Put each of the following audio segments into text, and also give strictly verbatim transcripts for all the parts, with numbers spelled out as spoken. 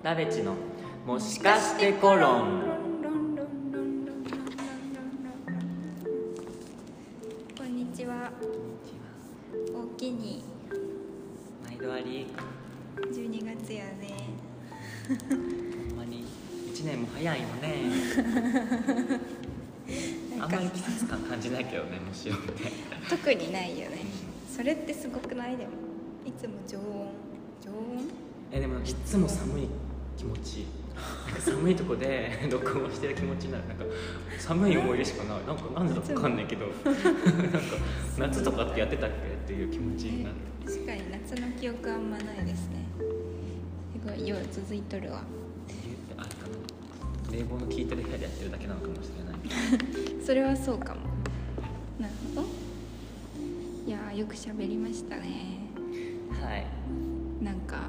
ラベチのもしかしてコロン。 こんにちは。おおきに毎度あり。 じゅうにがつやね。 ほんまにいちねんも早いよね。あんまり季節感感じないけどね、むしろね。 特にないよね。それってすごくない？でもいつも常温常温えでもいつも寒い気持ちいい。なんか寒いとこで録音してる気持ちになる。なんか寒い思い出しかない。なんかなんでだか分かんないけどなんか夏とかってやってたっけっていう気持ちになる。 確かに夏の記憶あんまないですね。すごいよう続いとるわ。 理由ってあるかな。冷房の効いてる部屋でやってるだけなのかもしれない。 それはそうかも。なるほど。いやーよく喋りましたね。 はい。 なんか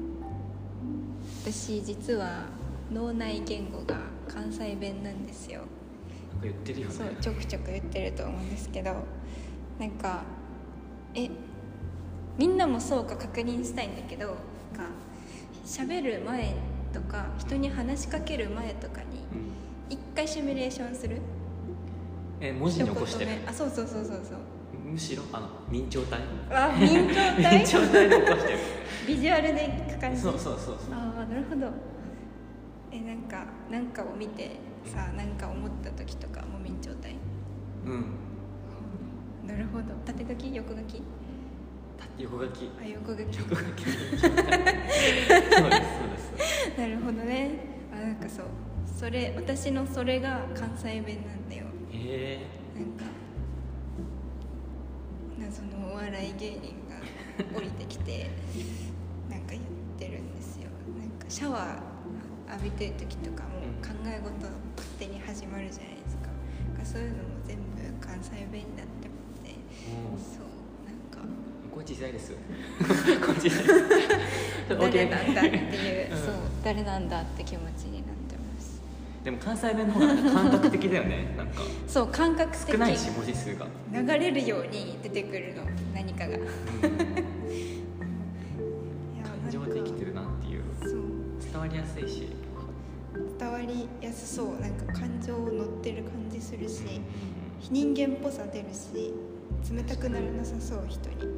私実は脳内言語が関西弁なんですよ。 なんか言ってるよね。 そうちょくちょく言ってると思うんですけど、なんかえみんなもそうか確認したいんだけど、なんか喋る前とか人に話しかける前とかに一回シミュレーションする？ え文字に起こしてる？ あ、そうそうそうそうそう。 むしろあの明朝体。 あ、明朝体。 明朝体で起こしてる。 ビジュアルで書く感じ。 そうそうそうそう。 ああ、なるほど。えなんかなんかを見てさ、なんか思った時とかも明朝体。 うん。 なるほど。縦書き、横書き？ 横書き。 あ、横書き。 横書き。そうですそうです。 なるほどね。あ、なんかそう。それ私のそれが関西弁なんだよ。 へえ。 なんか謎のお笑い芸人が降りてきてなんか言ってるんですよ。なんかシャワー浴びてる時とかも考え事勝手に始まるじゃないですか。なんかそういうのも全部関西弁だって思って、そうなんかこれ小さいですよ。これ小さい。 誰なんだっていう、うん、そう誰なんだって気持ちになってます。 でも関西弁の方が感覚的だよね。なんかそう感覚的。 少ないし文字数が流れるように出てくるの何かが。うん、いや感情で生きてるなっていう。 そう伝わりやすいし。 伝わりやすそう。なんか感情乗ってる感じするし、非人間っぽさ出るし、冷たくならなさそう人に。うん、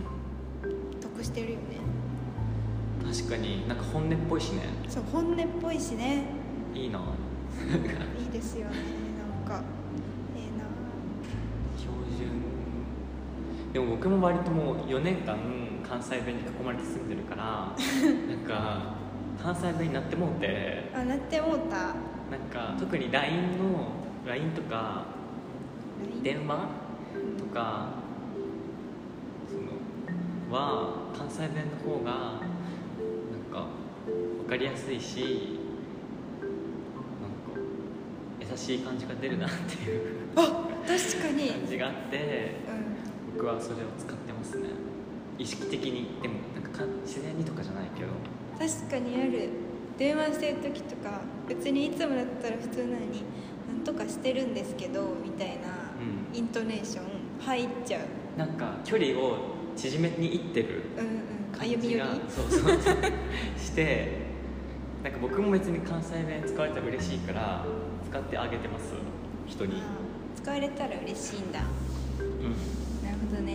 得してるよね。 確かになんか本音っぽいしね。 そう本音っぽいしね。 いいな。 いいですよね。なんかええな。 標準。でも僕も割ともうよねんかん関西弁に囲まれて住んでるからなんか関西弁になってもうて。 あ、なってもうた。 なんか特に ライン の ライン とか電話とかそのは関西弁の方がなんか分かりやすいし、なんか優しい感じが出るなっていうあ、確かに感じがあって、うん、僕はそれを使ってますね。意識的に。でもなんか自然にとかじゃないけど。 確かにある。電話してる時とか別にいつもだったら普通なのになんとかしてるんですけどみたいなイントネーション入っちゃう。 なんか距離を縮めにいってる感じが、うんうん、歩み寄りそうそうそうしてなんか僕も別に関西弁使われたら嬉しいから使ってあげてます人に。 使われたら嬉しいんだ。うん、なるほどね。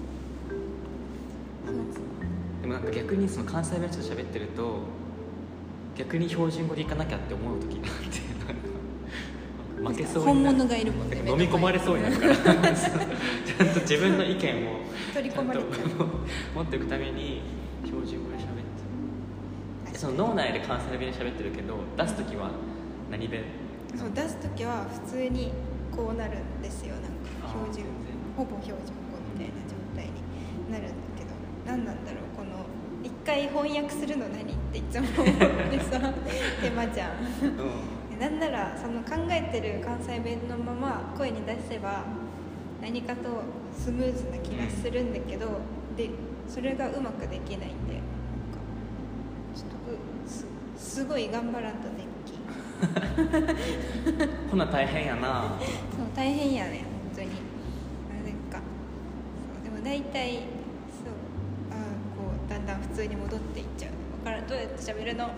でもなんか逆にその関西弁ちょっと喋ってると逆に標準語でいかなきゃって思う時があって負けそうになる。 本物がいるもんね。 飲み込まれそうになるからちゃんと自分の意見を取り込まれて持っていくために標準語で喋ってその脳内で関西弁で喋ってるけど出す時は何弁？ そう出す時は普通にこうなるんですよ。なんか標準ほぼ標準語みたいな状態になるんだけど、何なんだろうこの一回翻訳するの何っていつも思ってさ手間じゃん、うん、なんならその考えてる関西弁のまま声に出せば何かとスムーズな気がするんだけど、うん、でそれがうまくできないんでなんかちょっと す, すごい頑張らんとできほな大変やな。 そう大変やね本当に。なんかそうでも大体そうあこうだんだん普通に戻っていっちゃうの分からんどうやって喋るの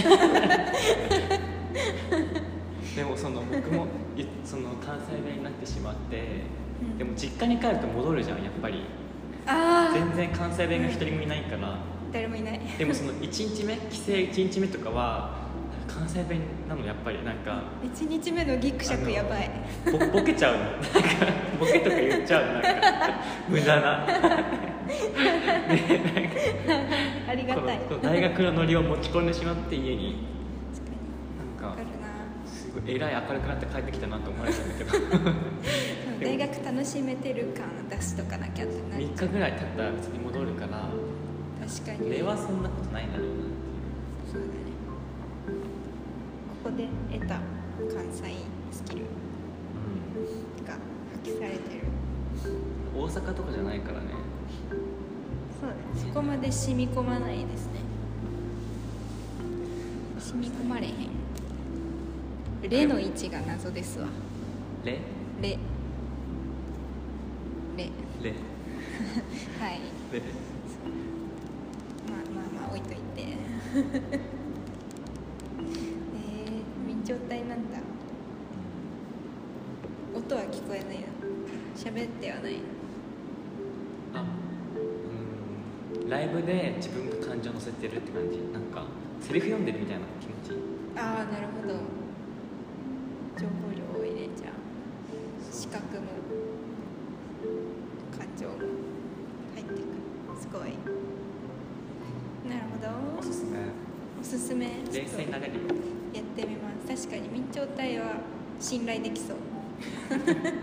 でもその僕もいその関西弁になってしまって、 うん、 でも実家に帰ると戻るじゃんやっぱり。 あ全然関西弁が一人もいないから、うん、 誰もいない。 でもそのいちにちめ帰省いちにちめとかは関西弁なのやっぱりなんかいちにちめのギクシャクやばい。 ボ, ボケちゃうのなんかボケとか言っちゃうのなんか無駄なね、なんかありがたい。 この大学のノリを持ち込んでしまって家になんかすごいえらい明るくなって帰ってきたなと思われたんだけど大学楽しめてる感出しとかなきゃってなっちゃう。 みっかぐらい経ったら別に戻るから、 確かに根はそんなことないんだろうなっていう。 そうだね。ここで得た関西スキルが発揮されてる、 うん、大阪とかじゃないからね。 そうだね、そこまで染み込まないですね。染み込まれへん。レの位置が謎ですわ。 レレレレはいレまあまあまあ置いといてえー、明朝体なんだ。音は聞こえないの。喋ってはないの。 あ、うん、ライブで自分が感情乗せてるって感じ。なんかセリフ読んでるみたいな気持ち。あああなるほど。情報量多いね。じゃあ視覚も感情も入ってくる。すごい。なるほど。 おすすめ。 おすすめ。 冷静になれるよ。 やってみます。確かに明朝体は信頼できそうそうだね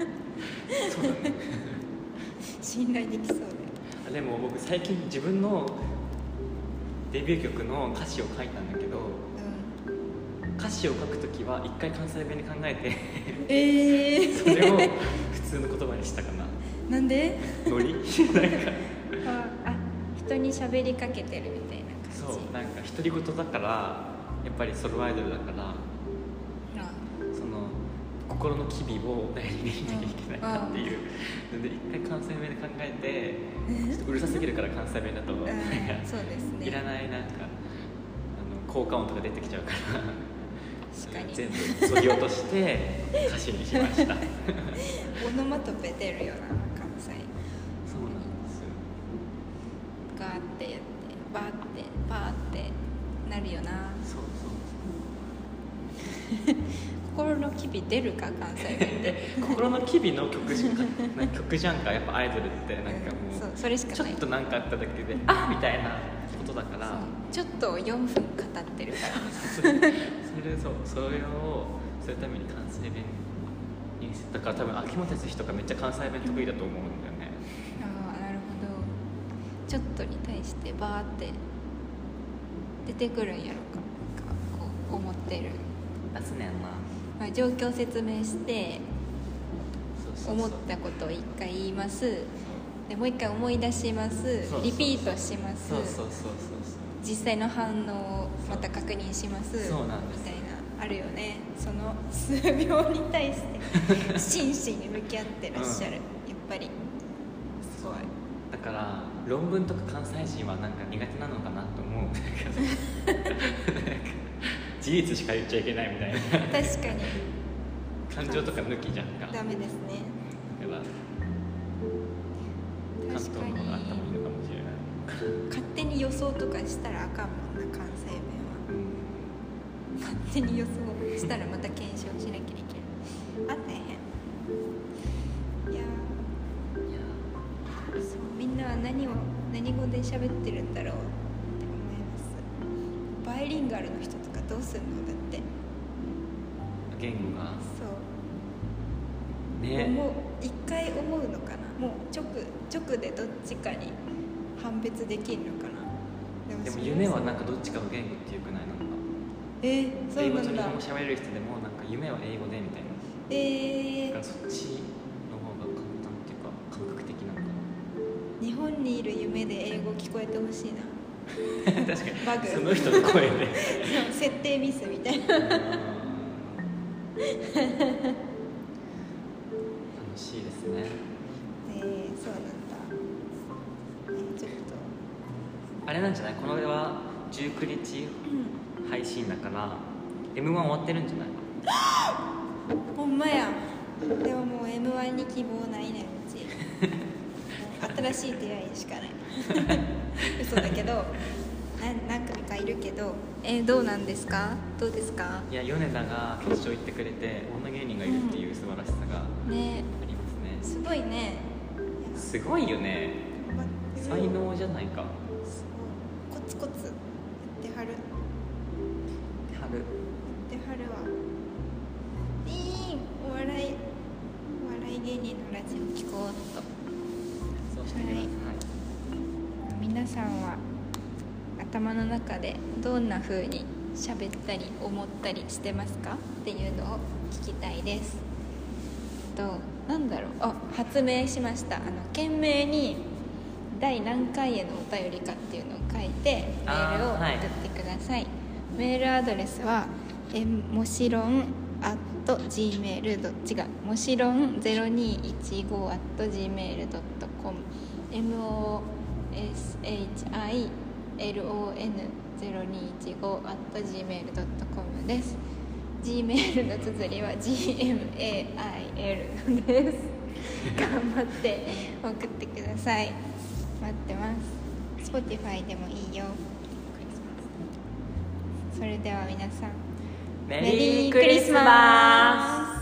信頼できそうで。 でも僕最近自分のデビュー曲の歌詞を書いたんだけど、うん、歌詞を書くときは一回関西弁で考えてえー、 それを普通の言葉にしたかな。 なんでノリなんかああ人に喋りかけてるみたいな感じ。 そうなんか独り言だからやっぱりソロアイドルだから、その心の機微を大事にしなきゃいけないなっていうので一回関西弁で考えて、ちょっとうるさすぎるから関西弁だとなんかそうですね、 いらないなんかあの効果音とか出てきちゃうから確かに全部削ぎ落として歌詞にしましたオノマトペ出るよな関西。 そうなんですよ。 ガーってやってバーってパーってなるよな。 そうそう心の機微出るか関西弁で心の機微の曲じゃん曲じゃんかやっぱアイドルってなんかもう、 うん、そうそれしかない。 ちょっとなんかあっただけであみたいなことだからちょっとよんふん語ってるからそれそれそうそれをするために関西弁にだから多分秋元康とかめっちゃ関西弁得意だと思うんだよね。 ああなるほど。ちょっとに対してバーって出てくるんやろかこう思ってる出すねんな、 まあ、状況説明してそうそうそう思ったことを一回言いますでもう一回思い出しますそうそうリピートしますそうそうそうそう実際の反応をまた確認しますそうなんですみたいなあるよね。その数秒に対して真摯に向き合ってらっしゃる、うん、やっぱりすごい。 だから論文とか関西人はなんか苦手なのかなと思うんだけど事実しか言っちゃいけないみたいな確かに感情とか抜きじゃんか。 ダメですね。 だから関東の方があったもいいのかもしれない。 勝手に予想とかしたらあかんもんな関西弁は、うん、勝手に予想したらまた検証しなきゃいけないあ大変。いやそうみんなは何を何語で喋ってるんだろうって思います。バイリンガルの人とかどうすんのだって言語がそうね思う一回思うのかな。もう直直でどっちかに判別できるのかな。 でも、でも夢はなんかどっちかの言語っていうくないなんかえー、そうなんだ。 英語と日本語喋れる人でもなんか夢は英語でみたいな。 えー、 だからそっちの方が簡単っていうか感覚的なのかな。 日本にいる夢で英語聞こえてほしいな確かにバグその人の声で設定ミスみたいな楽しいですね。 えー、そうなんだ、えー、ちょっとあれなんじゃないこのはじゅうくにちうん配信だから エムワン 終わってるんじゃない？ ほんまや。でももう エムワン に希望ないねうち新しい出会いしかない嘘だけどな何組かいるけど、えー、どうなんですか？どうですか？ いや米田が決勝行ってくれて女芸人がいるっていう素晴らしさがありね、 ますね。 すごいね。 すごいよね。才能じゃないか。 すごいコツコツやってはる春やってはるわ。いいお笑いお笑い芸人のラジオ聞こうっと。 そうしてください、はい、 皆さんは頭の中でどんな風に喋ったり思ったりしてますかっていうのを聞きたいです。となんだろう、あ、発明しました。あの懸命に第何回へのお便りかっていうのを書いてメールを送ってください、はい、メールアドレスはえもしろん at gmail. どっちがもしろんゼロにいちご at gmail ドットコム エムオーエスエイチアイエルオーエヌゼロにいちご at gmail ドットコム です。 Gmail の綴りは ジーエムエーアイエル です頑張って送ってください。待ってます。 Spotify でもいいよ。それでは皆さんメリークリスマス。